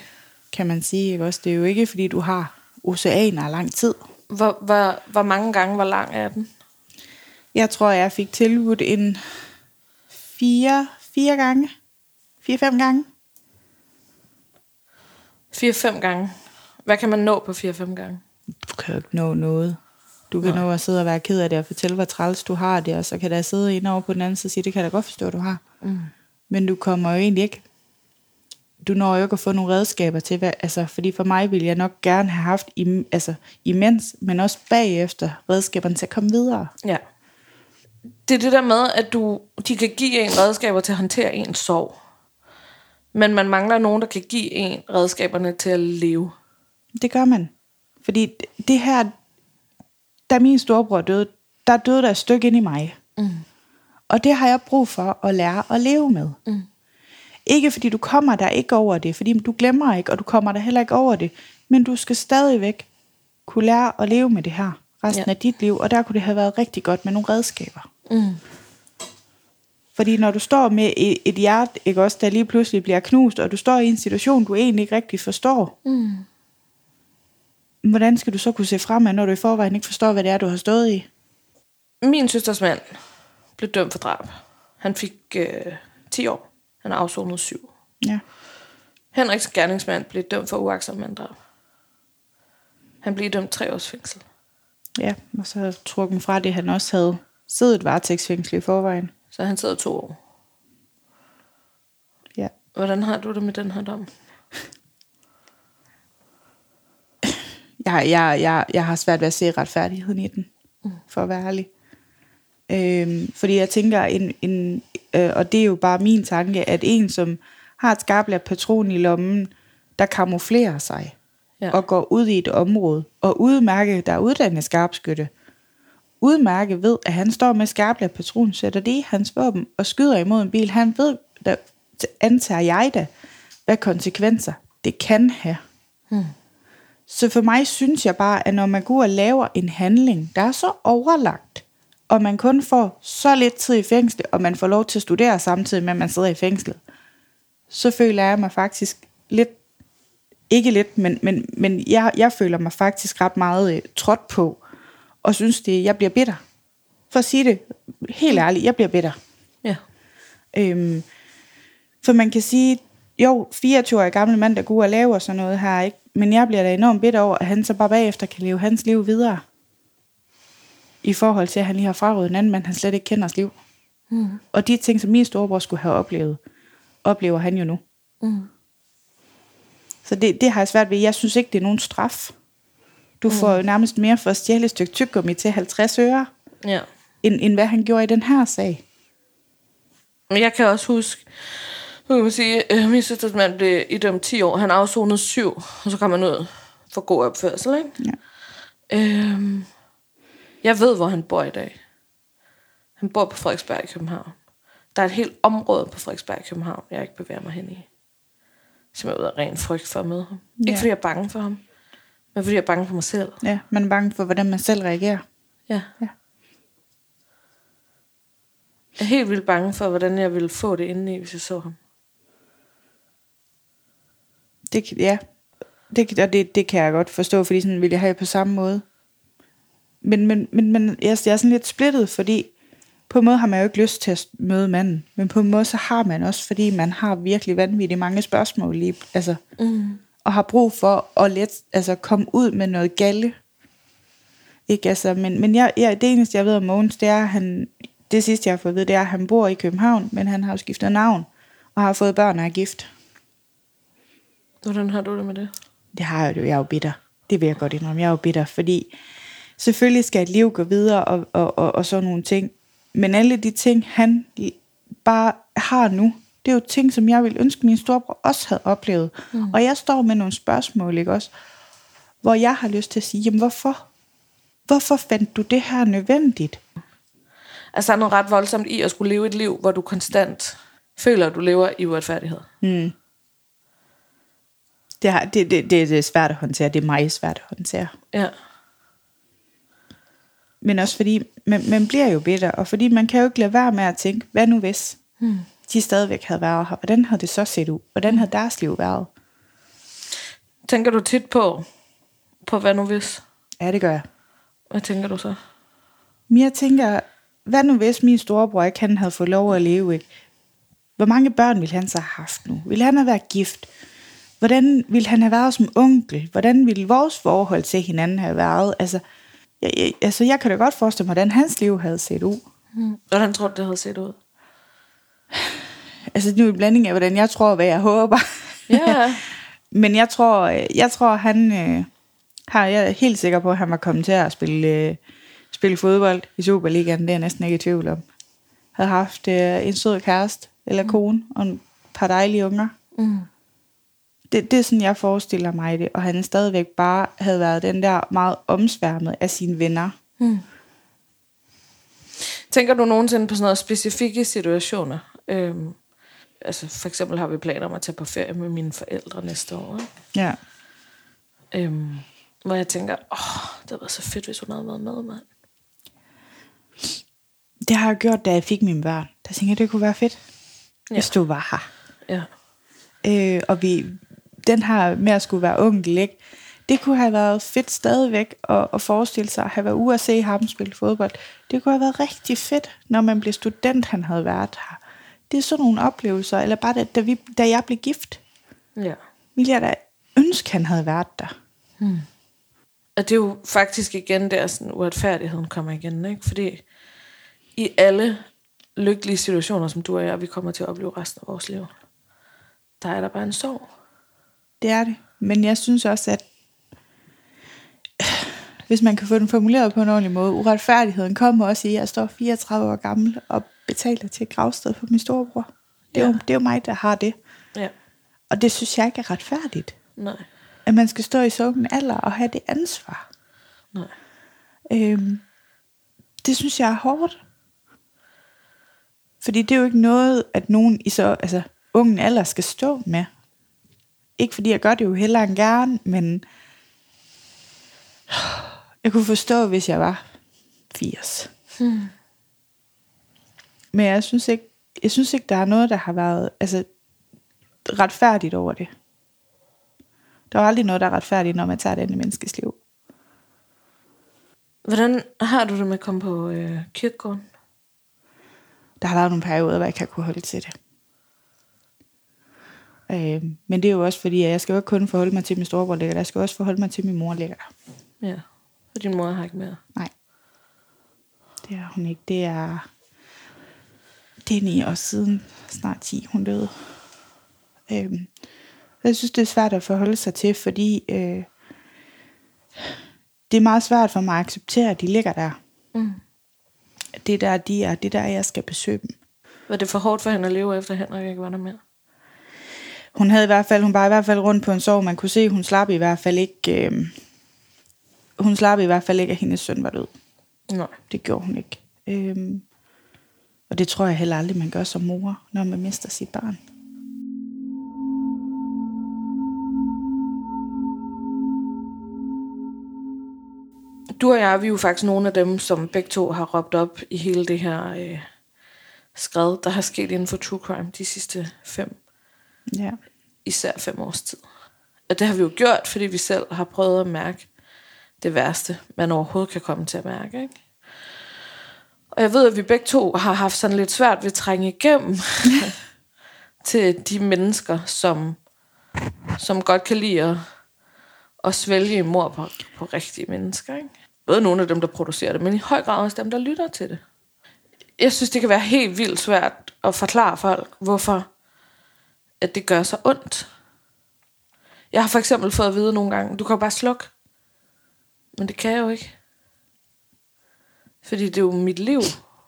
[SPEAKER 3] kan man sige. Ikke? Også, det er jo ikke, fordi du har oceaner af lang tid.
[SPEAKER 2] Hvor, hvor, hvor mange gange, hvor lang er den?
[SPEAKER 3] Jeg tror, jeg fik tilbudt en fire, fire gange. Fire-fem gange.
[SPEAKER 2] Fire-fem gange. Hvad kan man nå på fire-fem gange?
[SPEAKER 3] Du kan jo ikke nå noget. Du kan Nej. nå at sidde og være ked af det og fortælle, hvor træls du har det, og så kan der sidde en over på den anden side og sige, det kan jeg da godt forstå, du har. Mm. Men du kommer jo egentlig ikke, du når jo ikke at få nogle redskaber til, hvad, altså, fordi for mig ville jeg nok gerne have haft, im, altså imens, men også bagefter redskaberne til at komme videre.
[SPEAKER 2] Ja. Det er det der med, at du, de kan give en redskaber til at håndtere ens sorg, men man mangler nogen, der kan give en redskaberne til at leve. Det
[SPEAKER 3] gør man. Fordi det her, da min storebror døde, der døde der et stykke ind i mig. Mm. Og det har jeg brug for at lære at leve med. Mm. Ikke fordi du kommer der ikke over det, fordi du glemmer ikke, og du kommer der heller ikke over det. Men du skal stadigvæk kunne lære at leve med det her resten ja. af dit liv. Og der kunne det have været rigtig godt med nogle redskaber. Mm. Fordi når du står med et, et hjerte, ikke også, der lige pludselig bliver knust, og du står i en situation, du egentlig ikke rigtig forstår. Mm. Hvordan skal du så kunne se fremad, når du i forvejen ikke forstår, hvad det er, du har stået i?
[SPEAKER 2] Min søsters mand blev dømt for drab. Han fik øh, ti år. Han har afsonet syv. Ja. Henriks gerningsmand blev dømt for uagtsomt manddrab. Han blev dømt tre års fængsel.
[SPEAKER 3] Ja, og så trukken fra det, han også havde siddet varetægtsfængsel i forvejen.
[SPEAKER 2] Så han sidder to år.
[SPEAKER 3] Ja.
[SPEAKER 2] Hvordan har du det med den her dom?
[SPEAKER 3] Jeg, jeg, jeg, jeg har svært ved at se retfærdigheden i den, mm. for at være ærlig. Øhm, fordi jeg tænker, en, en, øh, og det er jo bare min tanke, at en, som har et skarpladt patron i lommen, der kamuflerer sig, ja. og går ud i et område, og udmærke, der er uddannet skarpskytte, udmærke ved, at han står med skarpladt patron, sætter det i hans våben, og skyder imod en bil. Han ved, der antager jeg da, hvad konsekvenser det kan have. Hmm. Så for mig synes jeg bare, at når man går og laver en handling, der er så overlagt, og man kun får så lidt tid i fængsel, og man får lov til at studere samtidig med, at man sidder i fængslet, så føler jeg mig faktisk lidt, ikke lidt, men, men, men jeg, jeg føler mig faktisk ret meget øh, trådt på, og synes, det, jeg bliver bitter. For at sige det helt ærligt, jeg bliver bitter.
[SPEAKER 2] Ja.
[SPEAKER 3] Øhm, for man kan sige, jo, fireogtyve-årig gamle mand, der går og laver sådan noget her, ikke? Men jeg bliver da enormt bitter over, at han så bare bagefter kan leve hans liv videre. I forhold til, at han lige har frarøvet en anden mand, han slet ikke kender liv. Mm. Og de ting, som min storebror skulle have oplevet, oplever han jo nu. Mm. Så det, det har jeg svært ved. Jeg synes ikke, det er nogen straf. Du mm. får jo nærmest mere for at stjæle et stykke tyggegummi til halvtreds øre,
[SPEAKER 2] ja.
[SPEAKER 3] end, end hvad han gjorde i den her sag.
[SPEAKER 2] Men jeg kan også huske, nu kan man sige, at min søsters mand blev idømt ti år. Han afsonede syv, og så kom han ud for god opførsel, ikke?
[SPEAKER 3] Ja.
[SPEAKER 2] Øhm, jeg ved, hvor han bor i dag. Han bor på Frederiksberg i København. Der er et helt område på Frederiksberg i København, jeg ikke bevæger mig hen i. Som er ud af ren frygt for at møde ham. Ja. Ikke fordi jeg er bange for ham, men fordi jeg er bange for mig selv.
[SPEAKER 3] Ja, man er bange for, hvordan man selv reagerer.
[SPEAKER 2] Ja. ja. Jeg er helt vildt bange for, hvordan jeg ville få det indeni, hvis jeg så ham.
[SPEAKER 3] Det, ja, det, og det, det kan jeg godt forstå, fordi sådan vil jeg have på samme måde. Men, men, men, men jeg, jeg er sådan lidt splittet, fordi på en måde har man jo ikke lyst til at møde manden, men på en måde så har man også, fordi man har virkelig vanvittigt mange spørgsmål lige, altså, mm. og har brug for at let, altså, komme ud med noget galle. Ikke, altså, men, men jeg, jeg, det eneste, jeg ved om Mogens, det er, han, det sidste, jeg har fået at vide, det er, at han bor i København, men han har jo skiftet navn, og har fået børn og er gift.
[SPEAKER 2] Hvordan har du det med det?
[SPEAKER 3] Det har jeg jo, jeg er jo bitter. Det vil jeg godt indrømme, jeg er jo bitter, fordi selvfølgelig skal et liv gå videre, og, og, og, og sådan nogle ting, men alle de ting, han bare har nu, det er jo ting, som jeg ville ønske, min storebror også havde oplevet. Mm. Og jeg står med nogle spørgsmål, ikke også, hvor jeg har lyst til at sige, jamen hvorfor? Hvorfor fandt du det her nødvendigt?
[SPEAKER 2] Altså der er noget ret voldsomt i at skulle leve et liv, hvor du konstant føler, at du lever i uretfærdighed.
[SPEAKER 3] Mm. Det, har, det, det, det, det er svært at håndtere, det er meget svært at håndtere.
[SPEAKER 2] Ja.
[SPEAKER 3] Men også fordi, man, man bliver jo bitter, og fordi man kan jo ikke lade være med at tænke, hvad nu hvis hmm. de stadigvæk havde været her? Hvordan havde det så set ud? Hvordan havde deres liv været?
[SPEAKER 2] Tænker du tit på, på hvad nu hvis?
[SPEAKER 3] Ja, det gør jeg.
[SPEAKER 2] Hvad tænker du så?
[SPEAKER 3] Men jeg tænker, hvad nu hvis min storebror ikke han havde fået lov at leve, ikke? Hvor mange børn ville han så have haft nu? Ville han have været gift? Hvordan ville han have været som onkel? Hvordan ville vores forhold til hinanden have været? Altså, jeg, jeg, altså, jeg kan da godt forestille mig, hvordan hans liv havde set ud.
[SPEAKER 2] Hmm. Hvordan tror du, det havde set ud?
[SPEAKER 3] Altså, det er jo en blanding af, hvordan jeg tror, hvad jeg håber.
[SPEAKER 2] Ja.
[SPEAKER 3] Men jeg tror, jeg tror han øh, har, jeg er helt sikker på, at han var kommet til at spille, øh, spille fodbold i Superligaen. Det er jeg næsten ikke i tvivl om. Havde haft øh, en sød kæreste eller kone og et par dejlige unger.
[SPEAKER 2] Mm.
[SPEAKER 3] Det, det er sådan, jeg forestiller mig det. Og han stadigvæk bare havde været den der meget omsværmet af sine venner.
[SPEAKER 2] Mm. Tænker du nogensinde på sådan noget specifikke situationer? Øhm, altså for eksempel har vi planer om at tage på ferie med mine forældre næste år. Ikke?
[SPEAKER 3] Ja.
[SPEAKER 2] Øhm, hvor jeg tænker, åh, det havde været så fedt, hvis hun havde været med, mand.
[SPEAKER 3] Det har jeg gjort, da jeg fik mine børn. Der tænkte jeg, det kunne være fedt,
[SPEAKER 2] Ja.
[SPEAKER 3] hvis du var her.
[SPEAKER 2] Ja.
[SPEAKER 3] Øh, og vi, den her med at skulle være onkel, ikke? Det kunne have været fedt stadigvæk at, at forestille sig at have været ude at se ham spille fodbold. Det kunne have været rigtig fedt, når man blev student, han havde været her. Det er sådan nogle oplevelser, eller bare da, da, vi, da jeg blev gift,
[SPEAKER 2] Ja.
[SPEAKER 3] ville jeg da ønske, han havde været der.
[SPEAKER 2] Hmm. Og det er jo faktisk igen der, sådan uretfærdigheden kommer igen, ikke? Fordi i alle lykkelige situationer, som du og jeg, vi kommer til at opleve resten af vores liv, der er der bare en sorg.
[SPEAKER 3] Det er det. Men jeg synes også, at hvis man kan få den formuleret på en ordentlig måde, uretfærdigheden kommer også i, at jeg står fireogtredive år gammel og betaler til et gravsted for min storebror. Det er,
[SPEAKER 2] Ja.
[SPEAKER 3] jo, det er jo mig, der har det.
[SPEAKER 2] Ja.
[SPEAKER 3] Og det synes jeg ikke er retfærdigt.
[SPEAKER 2] Nej.
[SPEAKER 3] At man skal stå i så ung alder og have det ansvar.
[SPEAKER 2] Nej.
[SPEAKER 3] Øhm, det synes jeg er hårdt. Fordi det er jo ikke noget, at nogen i så altså, ungen alder skal stå med. Ikke fordi jeg gør det jo heller end gerne, men jeg kunne forstå, hvis jeg var firs.
[SPEAKER 2] Hmm.
[SPEAKER 3] Men jeg synes ikke, jeg synes ikke, der er noget, der har været altså, retfærdigt over det. Der er aldrig noget, der er retfærdigt, når man tager det andet menneskes liv.
[SPEAKER 2] Hvordan har du det med at komme på øh, kirkegården?
[SPEAKER 3] Der har været nogle perioder, hvor jeg ikke har kunne holde til det. Øh, men det er jo også fordi, at jeg skal jo ikke kun forholde mig til, min storebror ligger der. Jeg skal også forholde mig til, min mor ligger der.
[SPEAKER 2] Ja, og din mor har ikke mere.
[SPEAKER 3] Nej, det er hun ikke. Det er, det er ni år siden, snart ti, hun døde. Øh, jeg synes, det er svært at forholde sig til, fordi øh, det er meget svært for mig at acceptere, at de ligger der.
[SPEAKER 2] Mm.
[SPEAKER 3] Det er der, de er. Det er der, jeg skal besøge dem.
[SPEAKER 2] Var det for hårdt for hende at leve efter, Henrik ikke var der mere?
[SPEAKER 3] Hun havde i hvert fald, hun var i hvert fald rundt på en sorg. Man kunne se, hun slap i hvert fald ikke, øh, hun slap i hvert fald ikke, at hendes søn var død.
[SPEAKER 2] Nej.
[SPEAKER 3] Det gjorde hun ikke. Øh, og det tror jeg heller aldrig, man gør som mor, når man mister sit barn.
[SPEAKER 2] Du og jeg, vi er jo faktisk nogle af dem, som begge to har råbt op i hele det her øh, skred, der har sket inden for true crime de sidste fem,
[SPEAKER 3] Ja.
[SPEAKER 2] især fem års tid. Og det har vi jo gjort, fordi vi selv har prøvet at mærke det værste, man overhovedet kan komme til at mærke, ikke? Og jeg ved, at vi begge to har haft sådan lidt svært ved at trænge igennem til de mennesker, som, som godt kan lide at, at svælge mord på, på rigtige mennesker, ikke? Både nogle af dem, der producerer det, men i høj grad også dem, der lytter til det. Jeg synes, det kan være helt vildt svært at forklare folk, hvorfor at det gør så ondt. Jeg har for eksempel fået at vide nogle gange, du kan bare slukke. Men det kan jeg jo ikke. Fordi det er jo mit liv.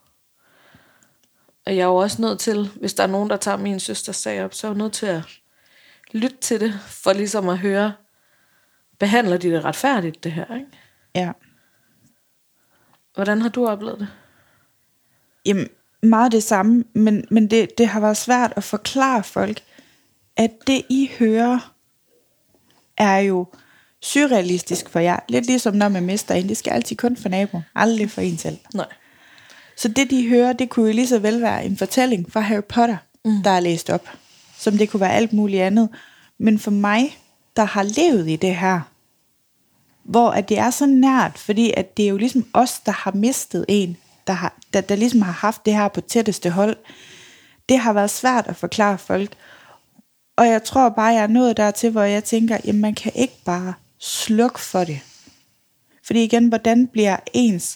[SPEAKER 2] Og jeg er jo også nødt til, hvis der er nogen, der tager min søsters sag op, så er jeg nødt til at lytte til det, for ligesom at høre, behandler de det retfærdigt, det her, ikke?
[SPEAKER 3] Ja.
[SPEAKER 2] Hvordan har du oplevet det?
[SPEAKER 3] Jamen, meget det samme, men, men det, det har været svært at forklare folk, at det I hører, er jo surrealistisk for jer. Lidt ligesom når man mister en. Det skal altid kun for naboen, aldrig for en selv.
[SPEAKER 2] Nej.
[SPEAKER 3] Så det de hører, det kunne jo lige så vel være en fortælling fra Harry Potter, mm. der er læst op. Som det kunne være alt muligt andet. Men for mig, der har levet i det her, hvor at det er så nært, fordi at det er jo ligesom os, der har mistet en, der, har, der, der ligesom har haft det her på tætteste hold. Det har været svært at forklare folk. Og jeg tror bare, jeg er nået dertil, hvor jeg tænker, jamen man kan ikke bare slukke for det. Fordi igen, hvordan bliver ens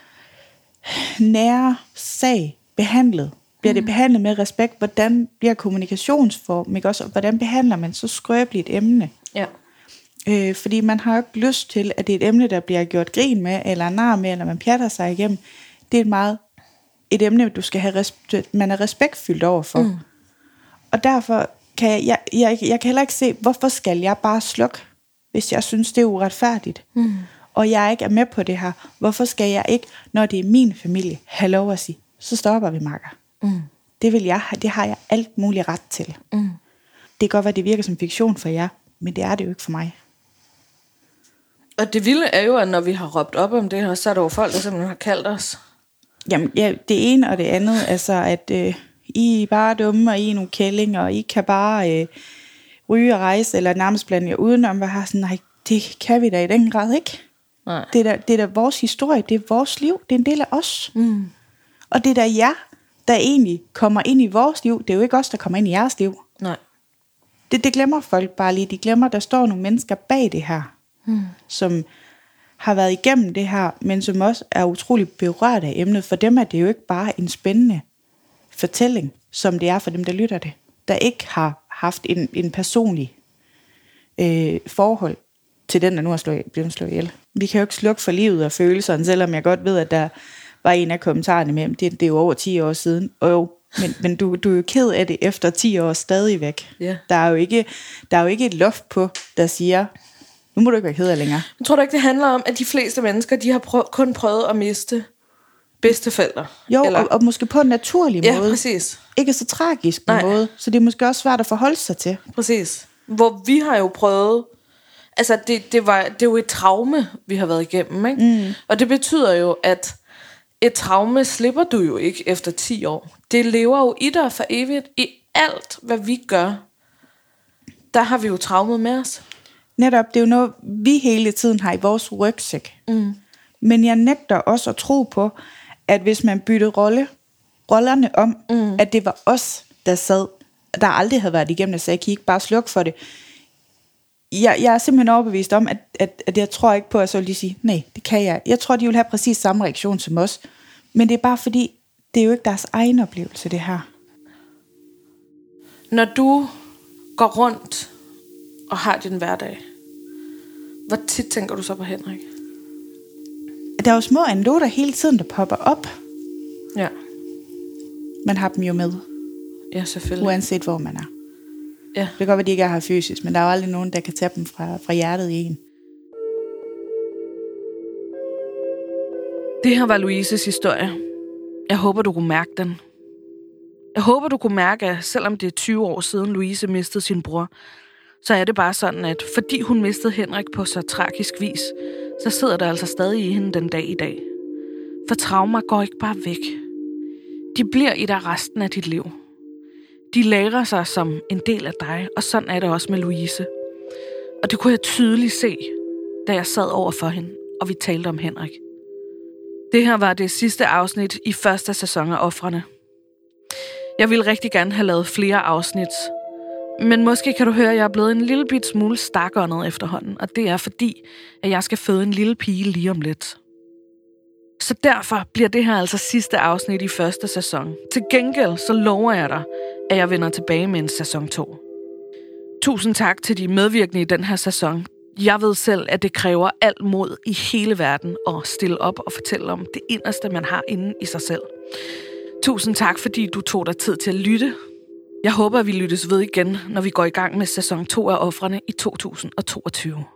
[SPEAKER 3] nære sag behandlet? Bliver det behandlet med respekt? Hvordan bliver kommunikationsform? Ikke også? Hvordan behandler man så skrøbeligt et emne?
[SPEAKER 2] Ja.
[SPEAKER 3] Øh, fordi man har jo ikke lyst til, at det er et emne, der bliver gjort grin med, eller nar med, eller man pjatter sig igennem. Det er et meget et emne, du skal have respekt, man er respektfyldt overfor. Mm. Og derfor kan jeg, jeg, jeg, jeg kan heller ikke se, hvorfor skal jeg bare slukke, hvis jeg synes, det er uretfærdigt. Mm. Og jeg ikke er med på det her. Hvorfor skal jeg ikke, når det er min familie, have lov at sige, så stopper vi, makker. Mm. Det vil jeg have, det har jeg alt muligt ret til. Mm. Det kan godt være, det virker som fiktion for jer, men det er det jo ikke for mig.
[SPEAKER 2] Og det vilde er jo, at når vi har råbt op om det her, så er der jo folk, der simpelthen har kaldt os.
[SPEAKER 3] Jamen, ja, det ene og det andet, altså at øh, I er bare dumme, og I er nogle kællinger, og I kan bare øh, ryge og rejse, eller nærmest blande jer udenom, og har sådan, nej, det kan vi da i den grad ikke. Nej. Det, er da, det er da vores historie, det er vores liv, det er en del af os. Mm. Og det er da jer, der egentlig kommer ind i vores liv, det er jo ikke os, der kommer ind i jeres liv.
[SPEAKER 2] Nej.
[SPEAKER 3] Det, det glemmer folk bare lige, de glemmer, der står nogle mennesker bag det her, mm. som har været igennem det her, men som også er utrolig berørt af emnet. For dem er det jo ikke bare en spændende fortælling, som det er for dem, der lytter det, der ikke har haft en, en personlig øh, forhold til den, der nu er slået, blevet slået ihjel. Vi kan jo ikke slukke for livet og følelserne, selvom jeg godt ved, at der var en af kommentarerne med, det, det er jo over ti år siden, og jo, men, men du, du er jo ked af det efter ti år stadigvæk. Yeah. Der er jo ikke, der er jo ikke et loft på, der siger, nu må du ikke være ked af længere.
[SPEAKER 2] Jeg tror da ikke, det handler om, at de fleste mennesker, de har prøv- kun prøvet at miste bedsteforældre.
[SPEAKER 3] Jo, eller? Og, og måske på en naturlig
[SPEAKER 2] ja,
[SPEAKER 3] måde.
[SPEAKER 2] Præcis.
[SPEAKER 3] Ikke så tragisk en måde, så det er måske også svært at forholde sig til.
[SPEAKER 2] Præcis. Hvor vi har jo prøvet, altså det, det, var, det er jo et traume, vi har været igennem, ikke? Mm. Og det betyder jo, at et traume slipper du jo ikke efter ti år. Det lever jo i dig for evigt. I alt, hvad vi gør, der har vi jo traumet med os.
[SPEAKER 3] Netop, det er jo noget, vi hele tiden har i vores rygsæk. Mm. Men jeg nægter også at tro på, at hvis man byttede rolle, rollerne om, mm. at det var os, der sad, der aldrig havde været igennem det, så jeg kan ikke bare slukke for det. Jeg, jeg er simpelthen overbevist om, at, at, at jeg tror ikke på, at så vil de sige, nej, det kan jeg. Jeg tror, de vil have præcis samme reaktion som os. Men det er bare fordi, det er jo ikke deres egen oplevelse, det her.
[SPEAKER 2] Når du går rundt og har din hverdag, hvor tit tænker du så på Henrik?
[SPEAKER 3] Der er jo små anekdoter hele tiden, der popper op.
[SPEAKER 2] Ja.
[SPEAKER 3] Man har dem jo med.
[SPEAKER 2] Ja, selvfølgelig.
[SPEAKER 3] Uanset hvor man er.
[SPEAKER 2] Ja.
[SPEAKER 3] Det kan godt være, de ikke er her fysisk, men der er jo aldrig nogen, der kan tage dem fra, fra hjertet i en.
[SPEAKER 2] Det her var Louises historie. Jeg håber, du kunne mærke den. Jeg håber, du kunne mærke, at selvom det er tyve år siden Louise mistede sin bror, så er det bare sådan, at fordi hun mistede Henrik på så tragisk vis, så sidder der altså stadig i hende den dag i dag. For traumer går ikke bare væk. De bliver i dig resten af dit liv. De lagrer sig som en del af dig, og sådan er det også med Louise. Og det kunne jeg tydeligt se, da jeg sad over for hende, og vi talte om Henrik. Det her var det sidste afsnit i første sæson af Ofrene. Jeg ville rigtig gerne have lavet flere afsnit, men måske kan du høre, at jeg er blevet en lille bit smule stakåndet efterhånden, og det er fordi, at jeg skal føde en lille pige lige om lidt. Så derfor bliver det her altså sidste afsnit i første sæson. Til gengæld så lover jeg dig, at jeg vender tilbage med en sæson to. Tusind tak til de medvirkende i den her sæson. Jeg ved selv, at det kræver alt mod i hele verden at stille op og fortælle om det inderste, man har inde i sig selv. Tusind tak, fordi du tog dig tid til at lytte. Jeg håber, at vi lyttes ved igen, når vi går i gang med sæson to af Ofrene i to tusind og toogtyve.